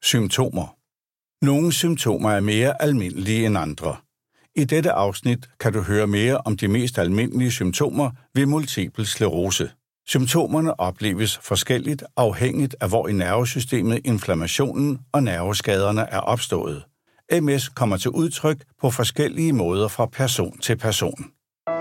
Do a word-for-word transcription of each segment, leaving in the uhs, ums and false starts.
Symptomer. Nogle symptomer er mere almindelige end andre. I dette afsnit kan du høre mere om de mest almindelige symptomer ved multipel sklerose. Symptomerne opleves forskelligt afhængigt af hvor i nervesystemet inflammationen og nerveskaderne er opstået. M S kommer til udtryk på forskellige måder fra person til person.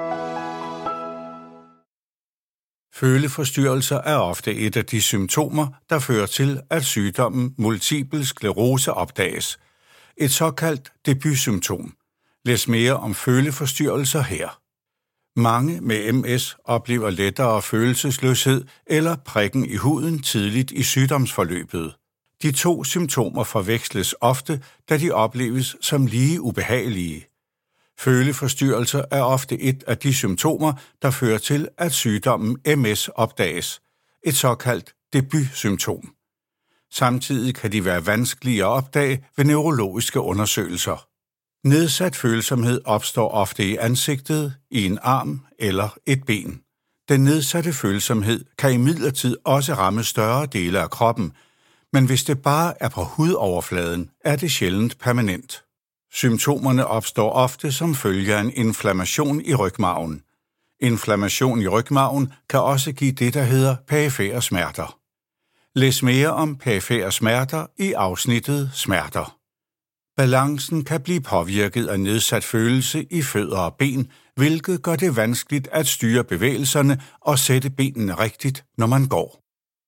Føleforstyrrelser er ofte et af de symptomer, der fører til, at sygdommen multipel sklerose opdages. Et såkaldt debutsymptom. Læs mere om føleforstyrrelser her. Mange med M S oplever lettere følelsesløshed eller prikken i huden tidligt i sygdomsforløbet. De to symptomer forveksles ofte, da de opleves som lige ubehagelige. Føleforstyrrelser er ofte et af de symptomer, der fører til, at sygdommen M S opdages. Et såkaldt debutsymptom. Samtidig kan de være vanskelige at opdage ved neurologiske undersøgelser. Nedsat følsomhed opstår ofte i ansigtet, i en arm eller et ben. Den nedsatte følsomhed kan imidlertid også ramme større dele af kroppen, men hvis det bare er på hudoverfladen, er det sjældent permanent. Symptomerne opstår ofte som følge af en inflammation i rygmarven. Inflammation i rygmarven kan også give det, der hedder perifere smerter. Læs mere om perifere smerter i afsnittet Smerter. Balancen kan blive påvirket af nedsat følelse i fødder og ben, hvilket gør det vanskeligt at styre bevægelserne og sætte benene rigtigt, når man går.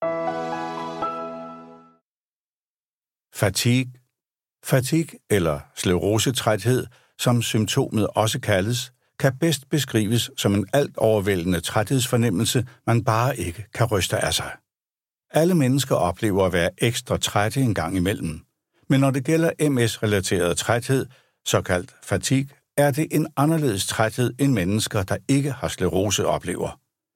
Fatigue. Fatigue eller sklerosetræthed, som symptomet også kaldes, kan bedst beskrives som en alt overvældende træthedsfornemmelse, man bare ikke kan ryste af sig. Alle mennesker oplever at være ekstra trætte en gang imellem. Men når det gælder M S-relateret træthed, såkaldt fatigue, er det en anderledes træthed end mennesker, der ikke har sklerose oplever.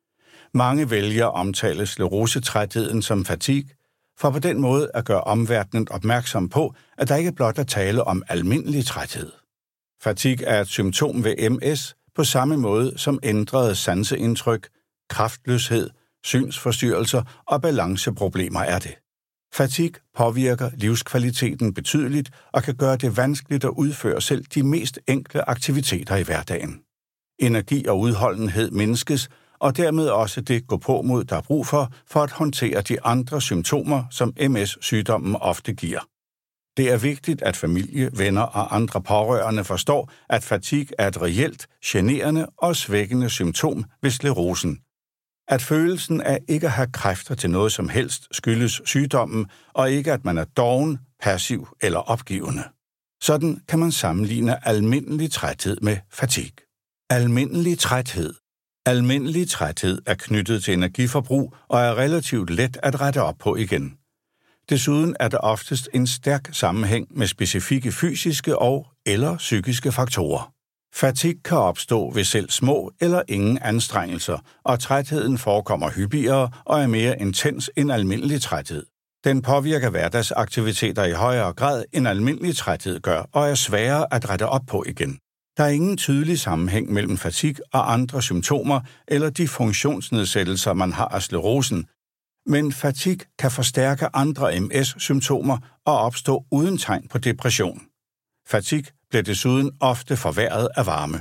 Mange vælger at omtale sklerosetrætheden som fatigue, for på den måde at gøre omverdenen opmærksom på, at der ikke blot er tale om almindelig træthed. Fatigue er et symptom ved M S på samme måde som ændrede sanseindtryk, kraftløshed, synsforstyrrelser og balanceproblemer er det. Fatigue påvirker livskvaliteten betydeligt og kan gøre det vanskeligt at udføre selv de mest enkle aktiviteter i hverdagen. Energi og udholdenhed mindskes, og dermed også det gå-på-mod, der er brug for, for at håndtere de andre symptomer, som M S-sygdommen ofte giver. Det er vigtigt, at familie, venner og andre pårørende forstår, at fatigue er et reelt, generende og svækkende symptom ved sklerosen. At følelsen af ikke at have kræfter til noget som helst skyldes sygdommen, og ikke at man er doven, passiv eller opgivende. Sådan kan man sammenligne almindelig træthed med fatigue. Almindelig træthed. Almindelig træthed er knyttet til energiforbrug og er relativt let at rette op på igen. Desuden er der oftest en stærk sammenhæng med specifikke fysiske og eller psykiske faktorer. Fatigue kan opstå ved selv små eller ingen anstrengelser, og trætheden forekommer hyppigere og er mere intens end almindelig træthed. Den påvirker hverdagsaktiviteter i højere grad end almindelig træthed gør, og er sværere at rette op på igen. Der er ingen tydelig sammenhæng mellem fatigue og andre symptomer eller de funktionsnedsættelser, man har af sklerosen, men fatigue kan forstærke andre M S-symptomer og opstå uden tegn på depression. Fatigue bliver desuden ofte forværret af varme.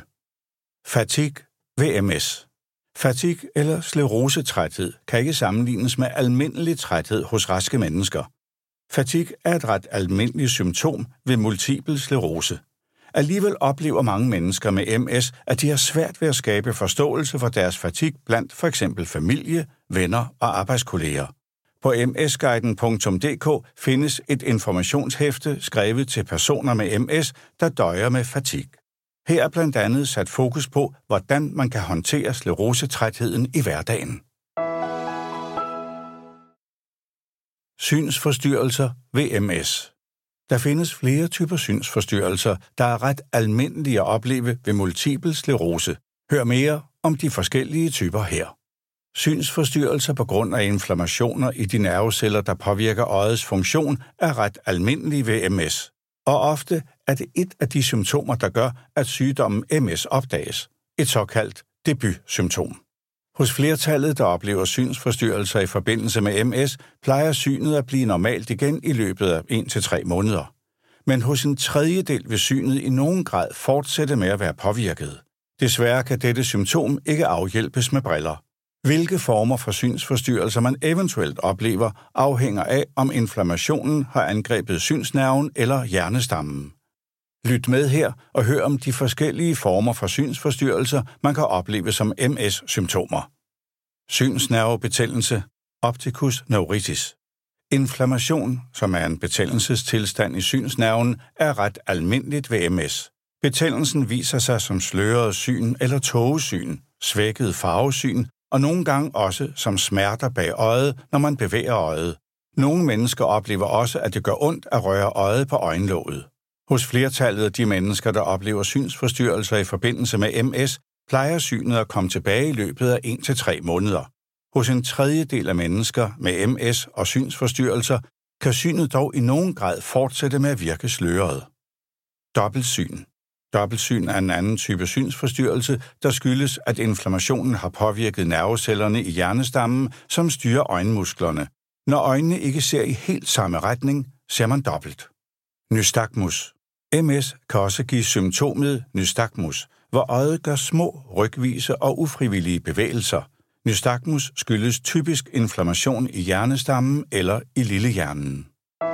Fatigue ved M S. Fatigue eller sklerosetræthed kan ikke sammenlignes med almindelig træthed hos raske mennesker. Fatigue er et ret almindeligt symptom ved multipel sklerose. Alligevel oplever mange mennesker med M S, at de har svært ved at skabe forståelse for deres fatigue blandt for eksempel familie, venner og arbejdskolleger. På m s guiden punktum d k findes et informationshæfte skrevet til personer med M S, der døjer med fatigue. Her er blandt andet sat fokus på, hvordan man kan håndtere sklerosetrætheden i hverdagen. Synsforstyrrelser ved M S. Der findes flere typer synsforstyrrelser, der er ret almindelige at opleve ved multipel sklerose. Hør mere om de forskellige typer her. Synsforstyrrelser på grund af inflammationer i de nerveceller, der påvirker øjets funktion, er ret almindelige ved M S. Og ofte er det et af de symptomer, der gør, at sygdommen M S opdages. Et såkaldt debutsymptom. Hos flertallet, der oplever synsforstyrrelser i forbindelse med M S, plejer synet at blive normalt igen i løbet af en til tre måneder. Men hos en tredjedel vil synet i nogen grad fortsætte med at være påvirket. Desværre kan dette symptom ikke afhjælpes med briller. Hvilke former for synsforstyrrelser man eventuelt oplever, afhænger af, om inflammationen har angrebet synsnerven eller hjernestammen. Lyt med her og hør om de forskellige former for synsforstyrrelser, man kan opleve som M S-symptomer. Synsnervebetændelse, opticus neuritis. Inflammation, som er en betændelsestilstand i synsnerven, er ret almindeligt ved M S. Betændelsen viser sig som sløret syn eller tågesyn, svækket farvesyn og nogle gange også som smerter bag øjet, når man bevæger øjet. Nogle mennesker oplever også, at det gør ondt at røre øjet på øjenlåget. Hos flertallet af de mennesker, der oplever synsforstyrrelser i forbindelse med M S, plejer synet at komme tilbage i løbet af en til tre måneder. Hos en tredjedel af mennesker med M S og synsforstyrrelser kan synet dog i nogen grad fortsætte med at virke sløret. Dobbeltsyn. Dobbeltsyn er en anden type synsforstyrrelse, der skyldes, at inflammationen har påvirket nervecellerne i hjernestammen, som styrer øjenmusklerne. Når øjnene ikke ser i helt samme retning, ser man dobbelt. Nystagmus. M S kan også give symptomet nystagmus, hvor øjet gør små, rygvise og ufrivillige bevægelser. Nystagmus skyldes typisk inflammation i hjernestammen eller i lillehjernen.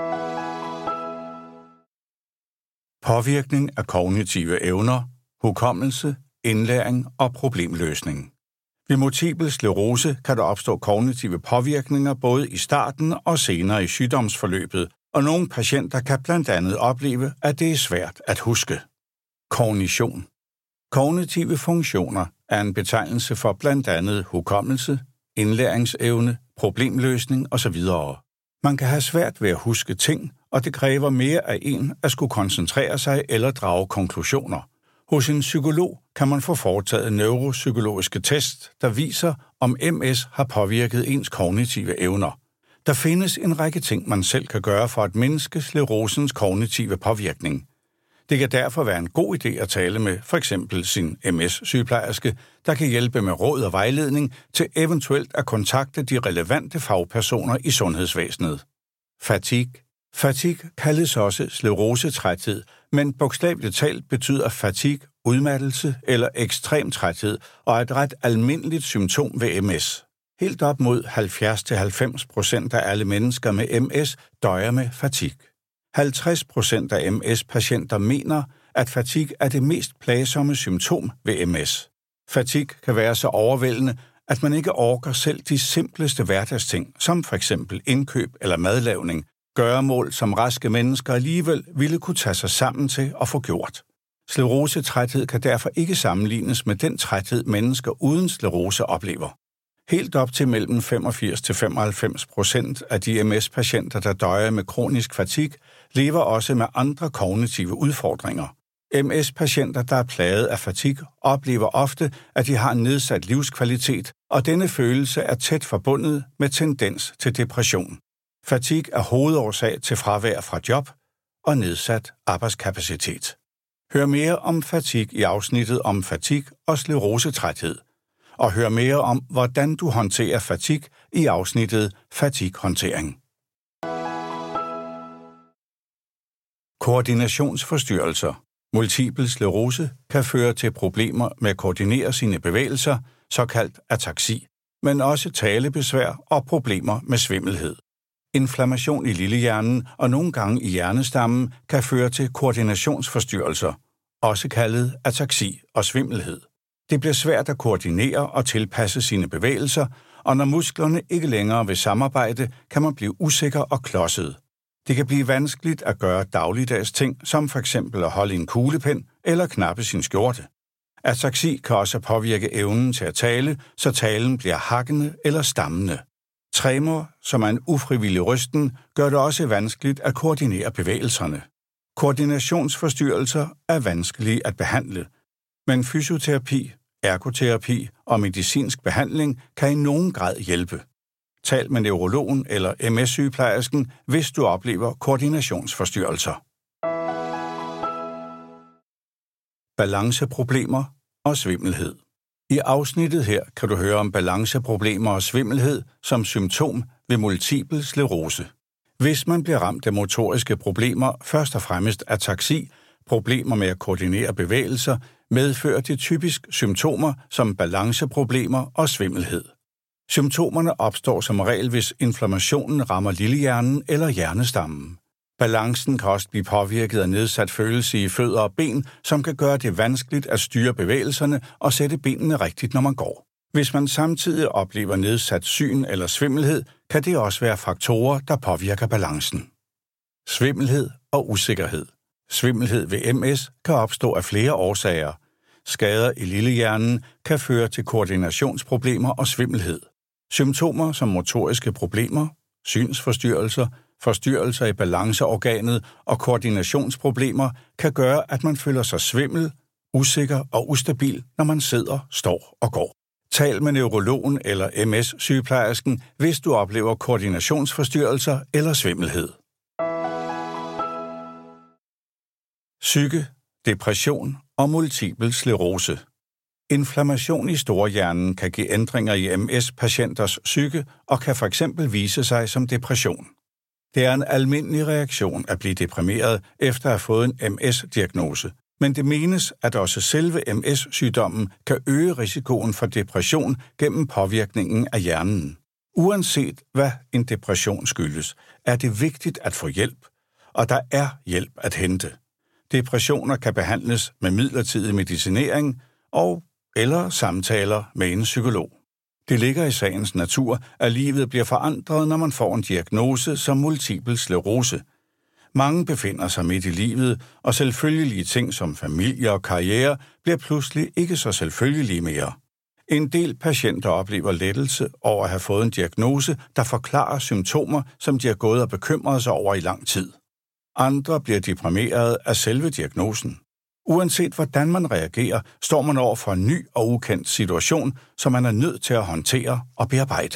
Påvirkning af kognitive evner, hukommelse, indlæring og problemløsning. Ved multipel sklerose kan der opstå kognitive påvirkninger både i starten og senere i sygdomsforløbet, og nogle patienter kan blandt andet opleve, at det er svært at huske. Kognition. Kognitive funktioner er en betegnelse for blandt andet hukommelse, indlæringsevne, problemløsning osv. Man kan have svært ved at huske ting, og det kræver mere af en at skulle koncentrere sig eller drage konklusioner. Hos en psykolog kan man få foretaget neuropsykologiske test, der viser, om M S har påvirket ens kognitive evner. Der findes en række ting, man selv kan gøre for at mindske sklerosens kognitive påvirkning. Det kan derfor være en god idé at tale med for eksempel sin M S-sygeplejerske, der kan hjælpe med råd og vejledning til eventuelt at kontakte de relevante fagpersoner i sundhedsvæsenet. Fatigue. Fatigue kaldes også sklerosetræthed, men bogstaveligt talt betyder fatigue udmattelse eller ekstrem træthed og er et ret almindeligt symptom ved M S. Helt op mod halvfjerds til halvfems procent af alle mennesker med M S døjer med fatigue. halvtreds procent af M S-patienter mener, at fatigue er det mest plagsomme symptom ved M S. Fatigue kan være så overvældende, at man ikke orker selv de simpleste hverdagsting, som for eksempel indkøb eller madlavning, gøremål, som raske mennesker alligevel ville kunne tage sig sammen til at få gjort. Sklerosetræthed kan derfor ikke sammenlignes med den træthed, mennesker uden sklerose oplever. Helt op til mellem femogfirs til femoghalvfems procent af de M S-patienter, der døjer med kronisk fatigue, lever også med andre kognitive udfordringer. M S-patienter, der er plaget af fatigue, oplever ofte, at de har en nedsat livskvalitet, og denne følelse er tæt forbundet med tendens til depression. Fatigue er hovedårsag til fravær fra job og nedsat arbejdskapacitet. Hør mere om fatigue i afsnittet om fatigue og sklerosetræthed, og hør mere om, hvordan du håndterer fatigue i afsnittet Fatigue-håndtering. Koordinationsforstyrrelser. Multipel sklerose kan føre til problemer med at koordinere sine bevægelser, såkaldt ataksi, men også talebesvær og problemer med svimmelhed. Inflammation i lillehjernen og nogle gange i hjernestammen kan føre til koordinationsforstyrrelser, også kaldet ataksi og svimmelhed. Det bliver svært at koordinere og tilpasse sine bevægelser, og når musklerne ikke længere vil samarbejde, kan man blive usikker og klodset. Det kan blive vanskeligt at gøre dagligdags ting, som for eksempel at holde en kuglepen eller knappe sin skjorte. Ataksi kan også påvirke evnen til at tale, så talen bliver hakkende eller stammende. Tremor, som er en ufrivillig rysten, gør det også vanskeligt at koordinere bevægelserne. Koordinationsforstyrrelser er vanskelige at behandle, men fysioterapi, ergoterapi og medicinsk behandling kan i nogen grad hjælpe. Tal med neurologen eller M S-sygeplejersken, hvis du oplever koordinationsforstyrrelser. Balanceproblemer og svimmelhed. I afsnittet her kan du høre om balanceproblemer og svimmelhed som symptom ved multipel sklerose. Hvis man bliver ramt af motoriske problemer, først og fremmest ataksi, problemer med at koordinere bevægelser, medfører det typisk symptomer som balanceproblemer og svimmelhed. Symptomerne opstår som regel, hvis inflammationen rammer lillehjernen eller hjernestammen. Balancen kan også blive påvirket af nedsat følelse i fødder og ben, som kan gøre det vanskeligt at styre bevægelserne og sætte benene rigtigt, når man går. Hvis man samtidig oplever nedsat syn eller svimmelhed, kan det også være faktorer, der påvirker balancen. Svimmelhed og usikkerhed. Svimmelhed ved M S kan opstå af flere årsager. Skader i lillehjernen kan føre til koordinationsproblemer og svimmelhed. Symptomer som motoriske problemer, synsforstyrrelser, forstyrrelser i balanceorganet og koordinationsproblemer kan gøre, at man føler sig svimmel, usikker og ustabil, når man sidder, står og går. Tal med neurologen eller M S-sygeplejersken, hvis du oplever koordinationsforstyrrelser eller svimmelhed. Psyke, depression og multipel sklerose. Inflammation i storhjernen kan give ændringer i M S-patienters psyke og kan fx vise sig som depression. Det er en almindelig reaktion at blive deprimeret efter at have fået en M S-diagnose, men det menes, at også selve M S-sygdommen kan øge risikoen for depression gennem påvirkningen af hjernen. Uanset hvad en depression skyldes, er det vigtigt at få hjælp, og der er hjælp at hente. Depressioner kan behandles med midlertidig medicinering og eller samtaler med en psykolog. Det ligger i sagens natur, at livet bliver forandret, når man får en diagnose som multipel sklerose. Mange befinder sig midt i livet, og selvfølgelige ting som familie og karriere bliver pludselig ikke så selvfølgelige mere. En del patienter oplever lettelse over at have fået en diagnose, der forklarer symptomer, som de har gået og bekymret sig over i lang tid. Andre bliver deprimeret af selve diagnosen. Uanset hvordan man reagerer, står man over for en ny og ukendt situation, som man er nødt til at håndtere og bearbejde.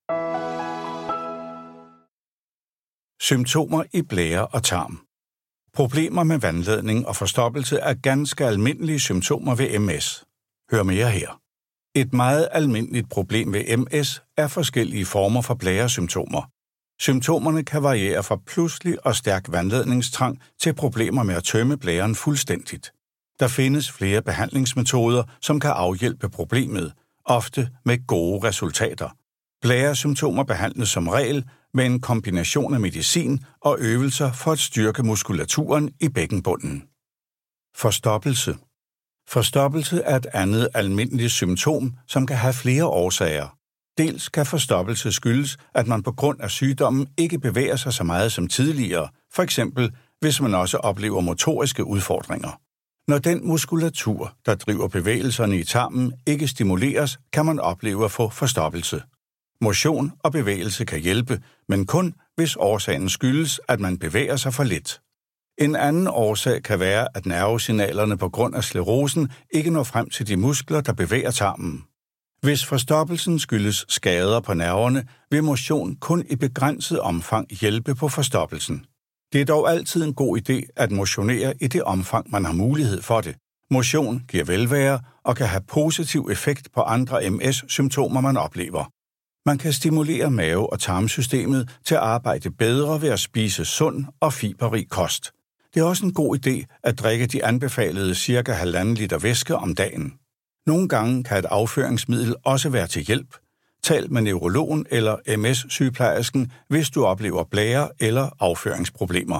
Symptomer i blære og tarm. Problemer med vandladning og forstoppelse er ganske almindelige symptomer ved M S. Hør mere her. Et meget almindeligt problem ved M S er forskellige former for blæresymptomer. Symptomerne kan variere fra pludselig og stærk vandladningstrang til problemer med at tømme blæren fuldstændigt. Der findes flere behandlingsmetoder, som kan afhjælpe problemet, ofte med gode resultater. Blæresymptomer behandles som regel med en kombination af medicin og øvelser for at styrke muskulaturen i bækkenbunden. Forstoppelse. Forstoppelse er et andet almindeligt symptom, som kan have flere årsager. Dels kan forstoppelse skyldes, at man på grund af sygdommen ikke bevæger sig så meget som tidligere, for eksempel hvis man også oplever motoriske udfordringer. Når den muskulatur, der driver bevægelserne i tarmen, ikke stimuleres, kan man opleve at få forstoppelse. Motion og bevægelse kan hjælpe, men kun hvis årsagen skyldes, at man bevæger sig for lidt. En anden årsag kan være, at nervesignalerne på grund af sklerosen ikke når frem til de muskler, der bevæger tarmen. Hvis forstoppelsen skyldes skader på nerverne, vil motion kun i begrænset omfang hjælpe på forstoppelsen. Det er dog altid en god idé at motionere i det omfang, man har mulighed for det. Motion giver velvære og kan have positiv effekt på andre M S-symptomer, man oplever. Man kan stimulere mave- og tarmsystemet til at arbejde bedre ved at spise sund og fiberrig kost. Det er også en god idé at drikke de anbefalede cirka halvanden liter væske om dagen. Nogle gange kan et afføringsmiddel også være til hjælp. Tal med neurologen eller M S-sygeplejersken, hvis du oplever blære- eller afføringsproblemer.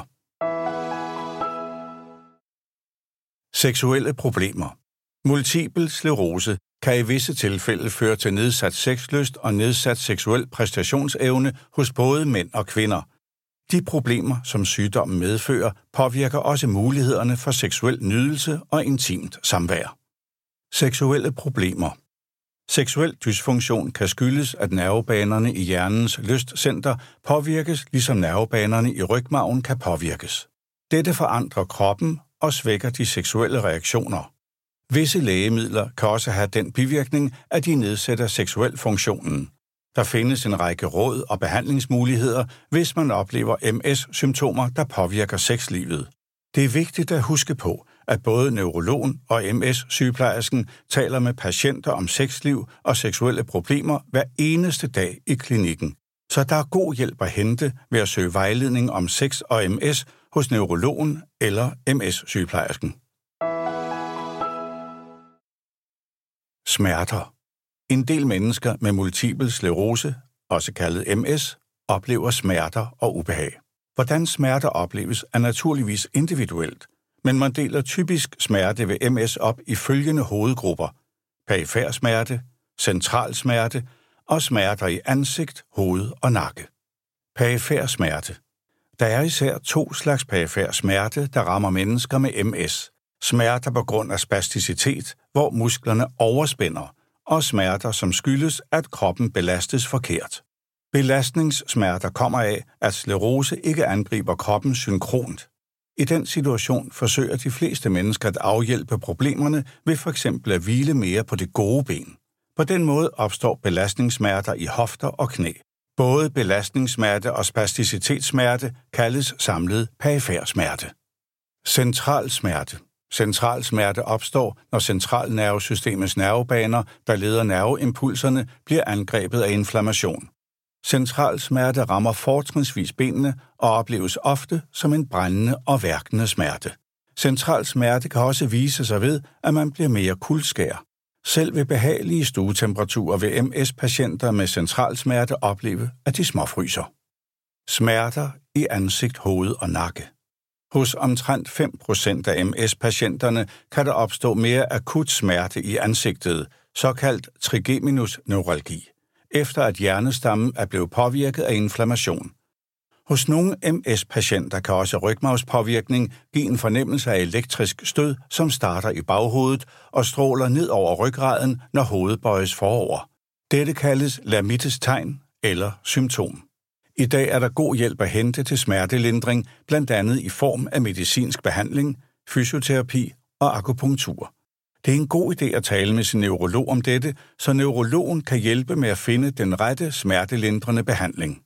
Seksuelle problemer. Multipel sklerose kan i visse tilfælde føre til nedsat sexlyst og nedsat seksuel præstationsevne hos både mænd og kvinder. De problemer, som sygdommen medfører, påvirker også mulighederne for seksuel nydelse og intimt samvær. Seksuelle problemer. Seksuel dysfunktion kan skyldes, at nervebanerne i hjernens lystcenter påvirkes, ligesom nervebanerne i rygmarven kan påvirkes. Dette forandrer kroppen og svækker de seksuelle reaktioner. Visse lægemidler kan også have den bivirkning, at de nedsætter seksuel funktionen. Der findes en række råd og behandlingsmuligheder, hvis man oplever M S-symptomer, der påvirker sexlivet. Det er vigtigt at huske på, at både neurologen og M S-sygeplejersken taler med patienter om sexliv og seksuelle problemer hver eneste dag i klinikken. Så der er god hjælp at hente ved at søge vejledning om sex og M S hos neurologen eller M S-sygeplejersken. Smerter. En del mennesker med multipel sklerose, også kaldet M S, oplever smerter og ubehag. Hvordan smerter opleves er naturligvis individuelt, men man deler typisk smerte ved M S op i følgende hovedgrupper: perifer smerte, central smerte og smerter i ansigt, hoved og nakke. Perifer smerte. Der er især to slags perifer smerte, der rammer mennesker med M S. Smerter på grund af spasticitet, hvor musklerne overspænder, og smerter, som skyldes, at kroppen belastes forkert. Belastningssmerter kommer af, at sklerose ikke angriber kroppen synkront. I den situation forsøger de fleste mennesker at afhjælpe problemerne ved for eksempel at hvile mere på det gode ben. På den måde opstår belastningssmerter i hofter og knæ. Både belastningssmerte og spasticitetsmerte kaldes samlet perifer smerte. Central smerte. Central smerte opstår, når centralnervesystemets nervebaner, der leder nerveimpulserne, bliver angrebet af inflammation. Central smerte rammer fortrinsvis benene og opleves ofte som en brændende og værkende smerte. Central smerte kan også vise sig ved, at man bliver mere kuldskær. Selv ved behagelige stuetemperaturer vil M S-patienter med central smerte opleve, at de småfryser. Smerter i ansigt, hoved og nakke. Hos omtrent fem procent af M S-patienterne kan der opstå mere akut smerte i ansigtet, såkaldt trigeminusneuralgi, efter at hjernestammen er blevet påvirket af inflammation. Hos nogle M S-patienter kan også rygmarvspåvirkning give en fornemmelse af elektrisk stød, som starter i baghovedet og stråler ned over ryggraden, når hovedet bøjes forover. Dette kaldes Lamittes tegn eller symptom. I dag er der god hjælp at hente til smertelindring, blandt andet i form af medicinsk behandling, fysioterapi og akupunktur. Det er en god idé at tale med sin neurolog om dette, så neurologen kan hjælpe med at finde den rette smertelindrende behandling.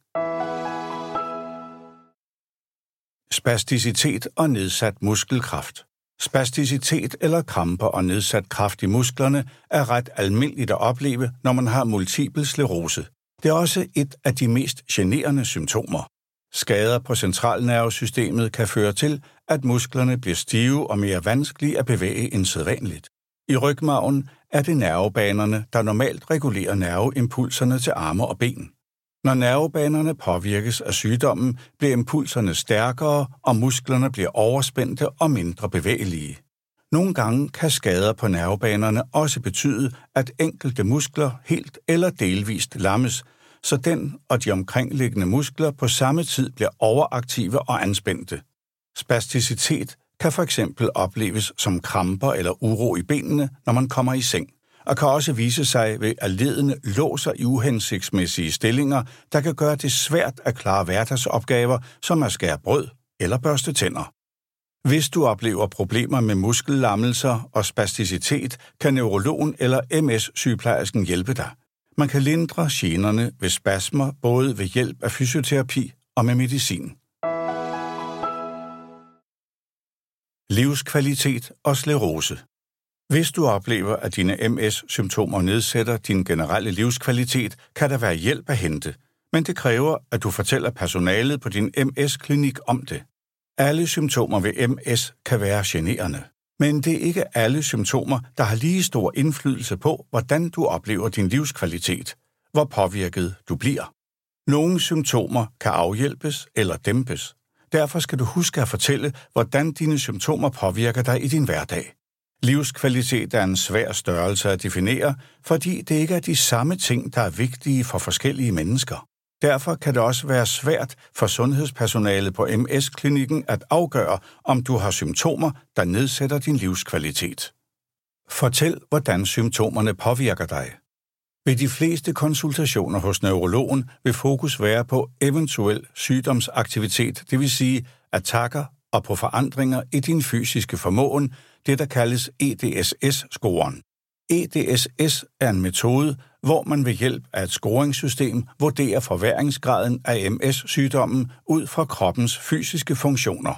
Spasticitet og nedsat muskelkraft. Spasticitet eller kramper og nedsat kraft i musklerne er ret almindeligt at opleve, når man har multipel sklerose. Det er også et af de mest generende symptomer. Skader på centralnervesystemet kan føre til, at musklerne bliver stive og mere vanskelige at bevæge end sædvanligt. I rygmarven er det nervebanerne, der normalt regulerer nerveimpulserne til arme og ben. Når nervebanerne påvirkes af sygdommen, bliver impulserne stærkere, og musklerne bliver overspændte og mindre bevægelige. Nogle gange kan skader på nervebanerne også betyde, at enkelte muskler helt eller delvist lammes, så den og de omkringliggende muskler på samme tid bliver overaktive og anspændte. Spasticitet kan for eksempel opleves som kramper eller uro i benene, når man kommer i seng, og kan også vise sig ved, at ledene låser i uhensigtsmæssige stillinger, der kan gøre det svært at klare hverdagsopgaver, som at skære brød eller børste tænder. Hvis du oplever problemer med muskellammelser og spasticitet, kan neurologen eller M S-sygeplejersken hjælpe dig. Man kan lindre generne ved spasmer både ved hjælp af fysioterapi og med medicin. Livskvalitet og sklerose. Hvis du oplever, at dine M S-symptomer nedsætter din generelle livskvalitet, kan der være hjælp at hente, men det kræver, at du fortæller personalet på din M S-klinik om det. Alle symptomer ved M S kan være generende, men det er ikke alle symptomer, der har lige stor indflydelse på, hvordan du oplever din livskvalitet, hvor påvirket du bliver. Nogle symptomer kan afhjælpes eller dæmpes. Derfor skal du huske at fortælle, hvordan dine symptomer påvirker dig i din hverdag. Livskvalitet er en svær størrelse at definere, fordi det ikke er de samme ting, der er vigtige for forskellige mennesker. Derfor kan det også være svært for sundhedspersonalet på M S-klinikken at afgøre, om du har symptomer, der nedsætter din livskvalitet. Fortæl, hvordan symptomerne påvirker dig. Ved de fleste konsultationer hos neurologen vil fokus være på eventuel sygdomsaktivitet, det vil sige attacker og på forandringer i din fysiske formåen, det der kaldes E D S S-scoren. E D S S er en metode, hvor man ved hjælp af et scoringssystem vurderer forværringsgraden af M S-sygdommen ud fra kroppens fysiske funktioner.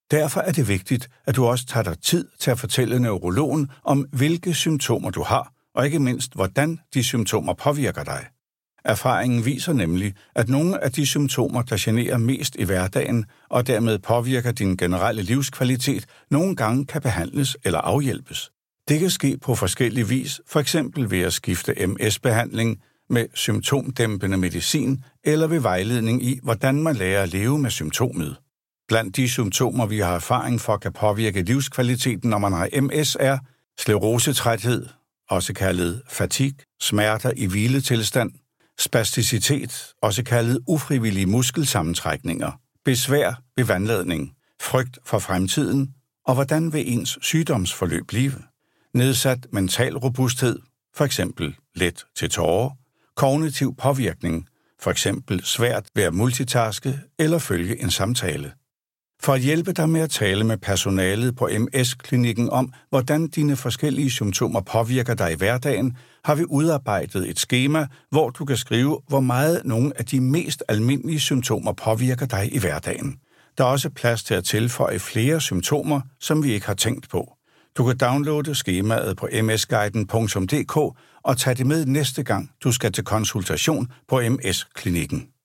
Derfor er det vigtigt, at du også tager dig tid til at fortælle neurologen om, hvilke symptomer du har, og ikke mindst, hvordan de symptomer påvirker dig. Erfaringen viser nemlig, at nogle af de symptomer, der generer mest i hverdagen, og dermed påvirker din generelle livskvalitet, nogle gange kan behandles eller afhjælpes. Det kan ske på forskellig vis, f.eks. ved at skifte M S-behandling med symptomdæmpende medicin, eller ved vejledning i, hvordan man lærer at leve med symptomet. Blandt de symptomer, vi har erfaring for, kan påvirke livskvaliteten, når man har M S, er sklerosetræthed, også kaldet fatigue, smerter i hviletilstand, spasticitet, også kaldet ufrivillige muskelsammentrækninger, besvær ved vandladning, frygt for fremtiden, og hvordan vil ens sygdomsforløb blive, nedsat mental robusthed, for eksempel let til tårer, kognitiv påvirkning, for eksempel svært ved at multitaske eller følge en samtale. For at hjælpe dig med at tale med personalet på M S-klinikken om, hvordan dine forskellige symptomer påvirker dig i hverdagen, har vi udarbejdet et skema, hvor du kan skrive, hvor meget nogle af de mest almindelige symptomer påvirker dig i hverdagen. Der er også plads til at tilføje flere symptomer, som vi ikke har tænkt på. Du kan downloade skemaet på m s guiden punktum d k og tage det med næste gang, du skal til konsultation på M S-klinikken.